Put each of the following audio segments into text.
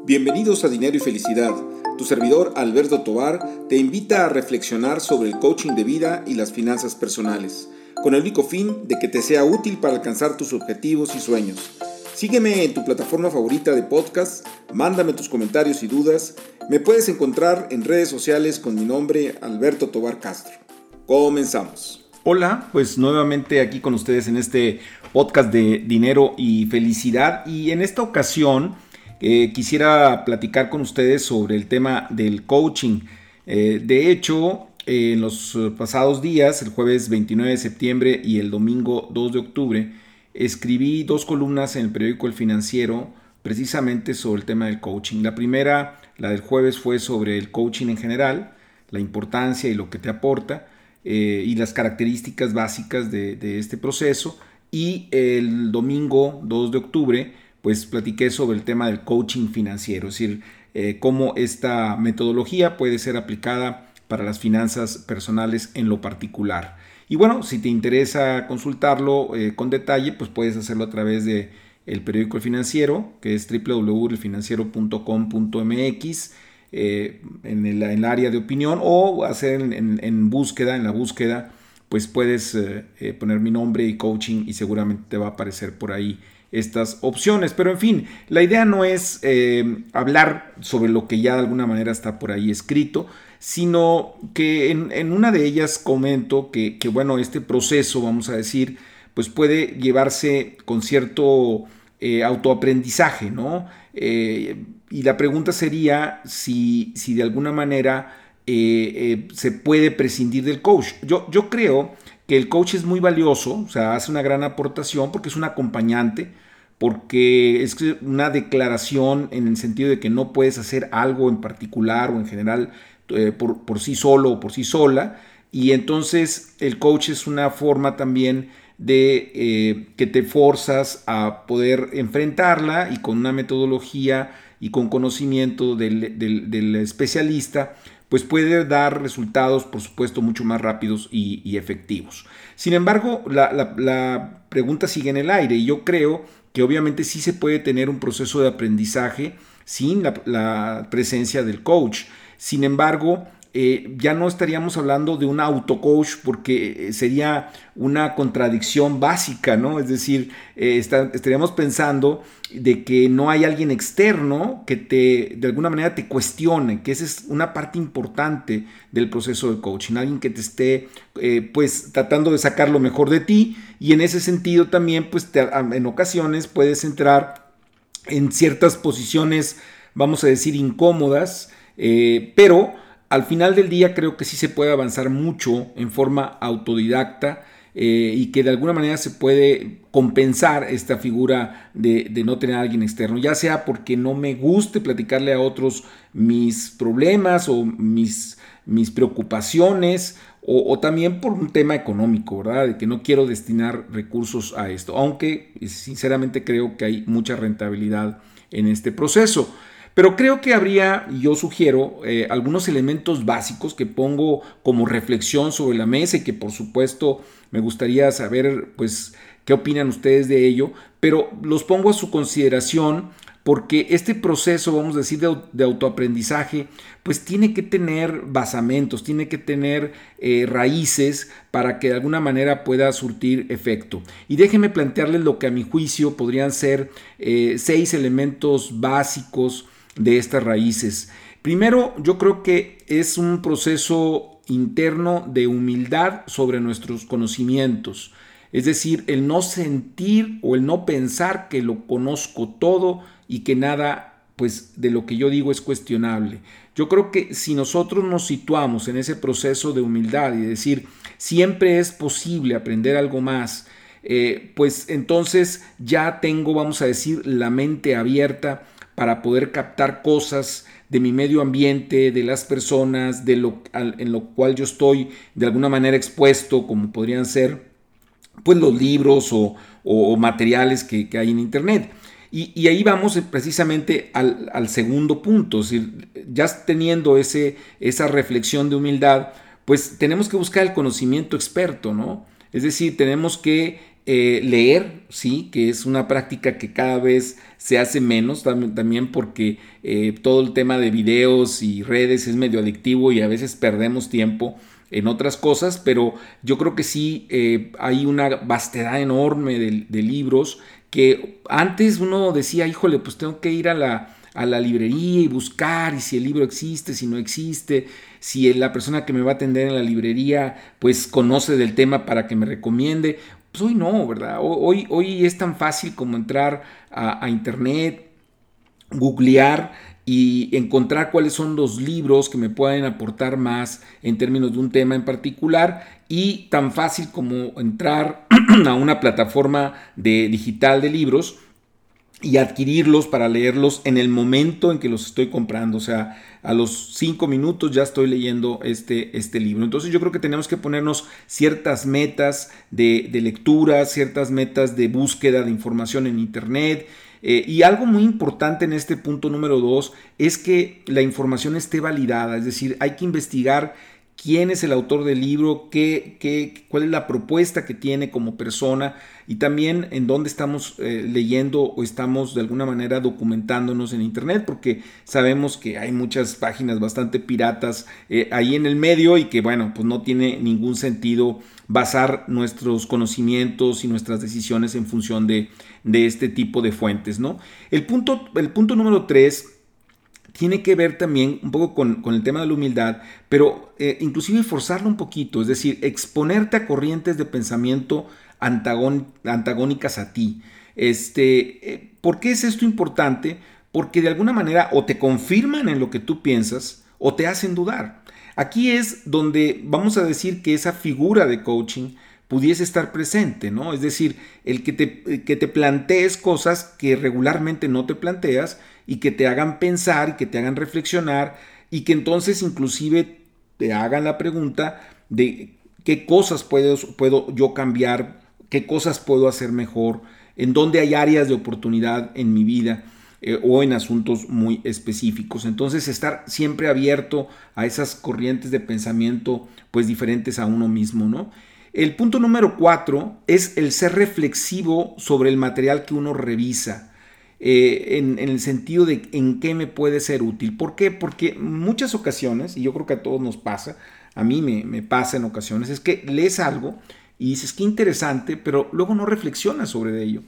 Bienvenidos a Dinero y Felicidad. Tu servidor Alberto Tovar te invita a reflexionar sobre el coaching de vida y las finanzas personales, con el único fin de que te sea útil para alcanzar tus objetivos y sueños. Sígueme en tu plataforma favorita de podcast, mándame tus comentarios y dudas. Me puedes encontrar en redes sociales con mi nombre, Alberto Tovar Castro. Comenzamos. Hola, pues nuevamente aquí con ustedes en este podcast de Dinero y Felicidad, y en esta ocasión quisiera platicar con ustedes sobre el tema del coaching. De hecho, en los pasados días, el jueves 29 de septiembre y el domingo 2 de octubre, escribí 2 columnas en el periódico El Financiero precisamente sobre el tema del coaching. La primera, la del jueves, fue sobre el coaching en general, la importancia y lo que te aporta y las características básicas de este proceso. Y el domingo 2 de octubre, pues platiqué sobre el tema del coaching financiero, es decir, cómo esta metodología puede ser aplicada para las finanzas personales en lo particular. Y bueno, si te interesa consultarlo con detalle, pues puedes hacerlo a través de el periódico El Financiero, que es www.elfinanciero.com.mx, en el área de opinión, o hacer en la búsqueda, pues puedes poner mi nombre y coaching y seguramente te va a aparecer por ahí estas opciones. Pero en fin, la idea no es hablar sobre lo que ya de alguna manera está por ahí escrito, sino que en una de ellas comento que bueno, este proceso, vamos a decir, pues puede llevarse con cierto autoaprendizaje, ¿no? Y la pregunta sería si de alguna manera se puede prescindir del coach. Yo creo que el coach es muy valioso, o sea, hace una gran aportación porque es un acompañante, porque es una declaración en el sentido de que no puedes hacer algo en particular o en general por sí solo o por sí sola, y entonces el coach es una forma también de que te forzas a poder enfrentarla, y con una metodología y con conocimiento del especialista, pues puede dar resultados, por supuesto, mucho más rápidos y efectivos. Sin embargo, la pregunta sigue en el aire, y yo creo que obviamente sí se puede tener un proceso de aprendizaje sin la presencia del coach. Sin embargo, ya no estaríamos hablando de un autocoach, porque sería una contradicción básica, ¿no? Es decir, estaríamos pensando de que no hay alguien externo que de alguna manera te cuestione, que esa es una parte importante del proceso de coaching, alguien que te esté pues tratando de sacar lo mejor de ti, y en ese sentido también pues en ocasiones puedes entrar en ciertas posiciones, vamos a decir, incómodas, pero al final del día creo que sí se puede avanzar mucho en forma autodidacta, y que de alguna manera se puede compensar esta figura de no tener a alguien externo, ya sea porque no me guste platicarle a otros mis problemas o mis preocupaciones, o también por un tema económico, ¿verdad? De que no quiero destinar recursos a esto, aunque sinceramente creo que hay mucha rentabilidad en este proceso. Pero creo que yo sugiero algunos elementos básicos que pongo como reflexión sobre la mesa, y que por supuesto me gustaría saber pues qué opinan ustedes de ello, pero los pongo a su consideración porque este proceso, vamos a decir, de autoaprendizaje, pues tiene que tener basamentos, tiene que tener raíces para que de alguna manera pueda surtir efecto. Y déjenme plantearles lo que a mi juicio podrían ser 6 elementos básicos de estas raíces. Primero, yo creo que es un proceso interno de humildad sobre nuestros conocimientos. Es decir, el no sentir o el no pensar que lo conozco todo y que nada, pues, de lo que yo digo es cuestionable. Yo creo que si nosotros nos situamos en ese proceso de humildad y decir, siempre es posible aprender algo más, pues entonces ya tengo, vamos a decir, la mente abierta para poder captar cosas de mi medio ambiente, de las personas, en lo cual yo estoy de alguna manera expuesto, como podrían ser pues los libros o materiales que hay en internet. Y ahí vamos precisamente al segundo punto, es decir, ya teniendo esa reflexión de humildad, pues tenemos que buscar el conocimiento experto, ¿no? Es decir, tenemos que leer, sí, que es una práctica que cada vez se hace menos, también porque todo el tema de videos y redes es medio adictivo y a veces perdemos tiempo en otras cosas, pero yo creo que sí hay una vastedad enorme de libros que antes uno decía, híjole, pues tengo que ir a la librería y buscar, y si el libro existe, si no existe, si la persona que me va a atender en la librería pues conoce del tema para que me recomiende. Pues hoy no, ¿verdad? Hoy es tan fácil como entrar a internet, googlear y encontrar cuáles son los libros que me pueden aportar más en términos de un tema en particular, y tan fácil como entrar a una plataforma digital de libros y adquirirlos para leerlos en el momento en que los estoy comprando. O sea, a los 5 minutos ya estoy leyendo este libro. Entonces yo creo que tenemos que ponernos ciertas metas de lectura, ciertas metas de búsqueda de información en internet. Y algo muy importante en este punto número 2 es que la información esté validada. Es decir, hay que investigar quién es el autor del libro, cuál es la propuesta que tiene como persona, y también en dónde estamos leyendo o estamos de alguna manera documentándonos en internet, porque sabemos que hay muchas páginas bastante piratas ahí en el medio, y que bueno, pues no tiene ningún sentido basar nuestros conocimientos y nuestras decisiones en función de este tipo de fuentes, ¿no? El punto número 3 tiene que ver también un poco con el tema de la humildad, pero inclusive forzarlo un poquito, es decir, exponerte a corrientes de pensamiento antagónicas a ti. ¿Por qué es esto importante? Porque de alguna manera o te confirman en lo que tú piensas o te hacen dudar. Aquí es donde vamos a decir que esa figura de coaching pudiese estar presente, ¿no? Es decir, que te plantees cosas que regularmente no te planteas y que te hagan pensar y que te hagan reflexionar, y que entonces inclusive te hagan la pregunta de qué cosas puedo yo cambiar, qué cosas puedo hacer mejor, en dónde hay áreas de oportunidad en mi vida o en asuntos muy específicos. Entonces estar siempre abierto a esas corrientes de pensamiento pues diferentes a uno mismo, ¿no? El punto número 4 es el ser reflexivo sobre el material que uno revisa, en el sentido de en qué me puede ser útil. ¿Por qué? Porque en muchas ocasiones, y yo creo que a todos nos pasa, a mí me pasa en ocasiones, es que lees algo y dices qué interesante, pero luego no reflexionas sobre ello.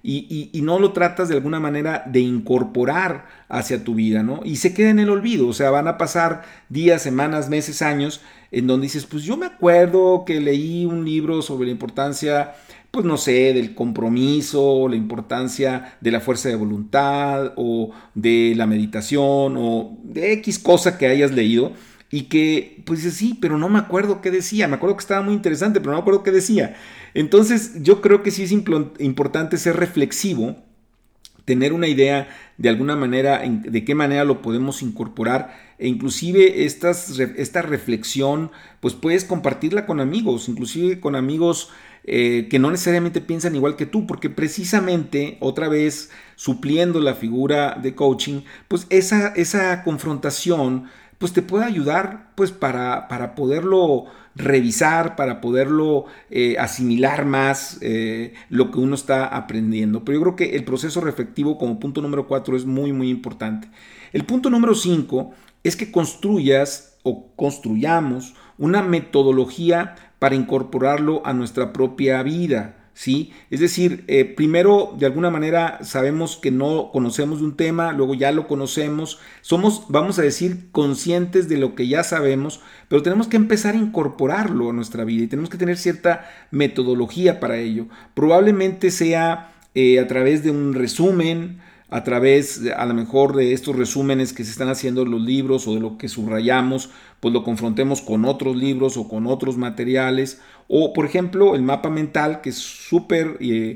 Y no lo tratas de alguna manera de incorporar hacia tu vida, ¿no? Y se queda en el olvido. O sea, van a pasar días, semanas, meses, años, en donde dices, pues yo me acuerdo que leí un libro sobre la importancia, pues no sé, del compromiso, la importancia de la fuerza de voluntad, o de la meditación, o de X cosa que hayas leído, y que pues dices, sí, pero no me acuerdo qué decía. Me acuerdo que estaba muy interesante, pero no me acuerdo qué decía. Entonces yo creo que sí es importante ser reflexivo, tener una idea de alguna manera de qué manera lo podemos incorporar, e inclusive esta reflexión pues puedes compartirla con amigos, inclusive con amigos que no necesariamente piensan igual que tú, porque precisamente otra vez supliendo la figura de coaching, pues esa confrontación pues te puede ayudar pues para poderlo revisar, para poderlo asimilar más lo que uno está aprendiendo. Pero yo creo que el proceso reflectivo como punto número 4 es muy muy importante. El punto número 5 es que construyas o construyamos una metodología para incorporarlo a nuestra propia vida. ¿Sí? Es decir, primero de alguna manera sabemos que no conocemos de un tema, luego ya lo conocemos, somos, vamos a decir, conscientes de lo que ya sabemos, pero tenemos que empezar a incorporarlo a nuestra vida y tenemos que tener cierta metodología para ello. Probablemente sea a través de un resumen, a través a lo mejor de estos resúmenes que se están haciendo en los libros, o de lo que subrayamos, pues lo confrontemos con otros libros o con otros materiales, o por ejemplo el mapa mental, que es súper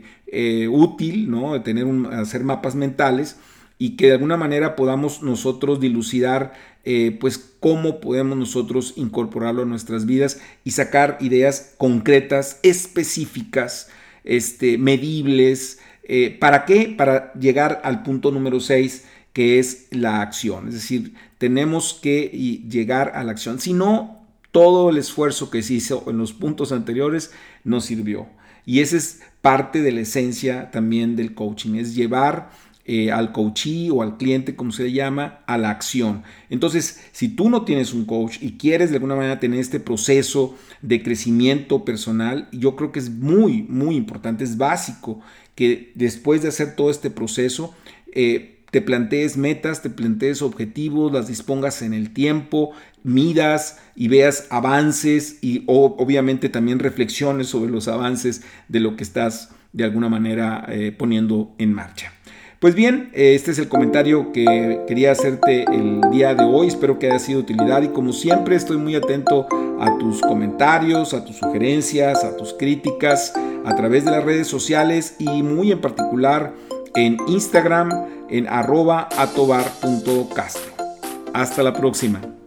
útil, ¿no? Hacer mapas mentales, y que de alguna manera podamos nosotros dilucidar pues cómo podemos nosotros incorporarlo a nuestras vidas y sacar ideas concretas, específicas, medibles. ¿Para qué? Para llegar al punto número 6, que es la acción. Es decir, tenemos que llegar a la acción. Si no, todo el esfuerzo que se hizo en los puntos anteriores no sirvió. Y esa es parte de la esencia también del coaching, es llevar al coachee o al cliente, como se llama, a la acción. Entonces, si tú no tienes un coach y quieres de alguna manera tener este proceso de crecimiento personal, yo creo que es muy, muy importante, es básico que después de hacer todo este proceso, te plantees metas, te plantees objetivos, las dispongas en el tiempo, midas y veas avances y obviamente también reflexiones sobre los avances de lo que estás de alguna manera poniendo en marcha. Pues bien, este es el comentario que quería hacerte el día de hoy. Espero que haya sido de utilidad y como siempre estoy muy atento a tus comentarios, a tus sugerencias, a tus críticas a través de las redes sociales y muy en particular en Instagram en @atobar.castro. Hasta la próxima.